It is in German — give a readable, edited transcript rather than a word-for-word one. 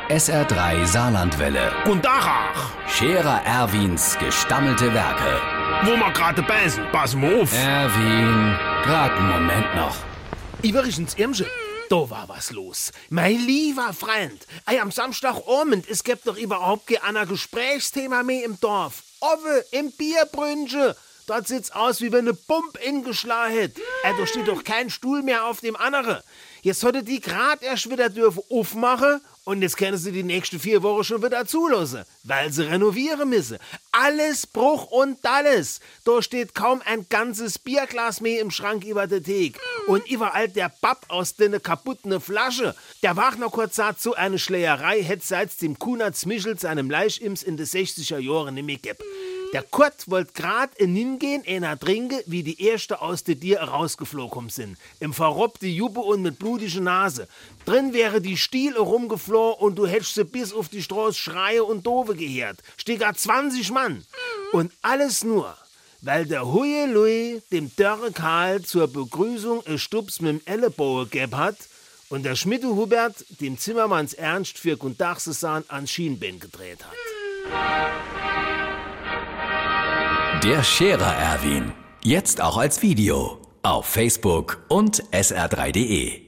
SR3 Saarlandwelle. Guten Tag. Scherer Erwins gestammelte Werke. Wo wir gerade beißen, pass mal auf. Erwin, grad einen Moment noch. Iverichens Irmsche, da war was los. Mein lieber Freund, am Samstagabend, es gibt doch überhaupt kein Gesprächsthema mehr im Dorf. Owe, im Bierbrünnchen. Dort sieht's aus, wie wenn eine Pump ingeschlagen hätt. Da steht doch kein Stuhl mehr auf dem anderen. Jetzt hätte die grad erst wieder dürfen aufmachen und jetzt können sie die nächsten 4 Wochen schon wieder zulassen, weil sie renovieren müssen. Alles Bruch und alles. Da steht kaum ein ganzes Bierglas mehr im Schrank über der Theke. Und überall der Papp aus den kaputten Flasche. Der Wagner kurz sagt, so eine Schlägerei hätte seit dem Kunert Michel seinem Leichims in den 60er Jahren nicht mehr gegeben. Der Kurt wollte grad hingehen, einer trinken, wie die Erste aus der Tier rausgeflogen sind. Im verrobbte Juppe und mit blutiger Nase. Drin wäre die Stiele rumgeflogen und du hättest sie bis auf die Straße schreie und doofe gehört. Steht gar 20 Mann. Und alles nur, weil der Huie Louis dem Dörre Karl zur Begrüßung einen Stups mit dem Ellenbogen gegeben hat und der Schmiede Hubert dem Zimmermanns Ernst für Gundachsesahn ans Schienbein gedreht hat. Der Scherer Erwin. Jetzt auch als Video. Auf Facebook und sr3.de.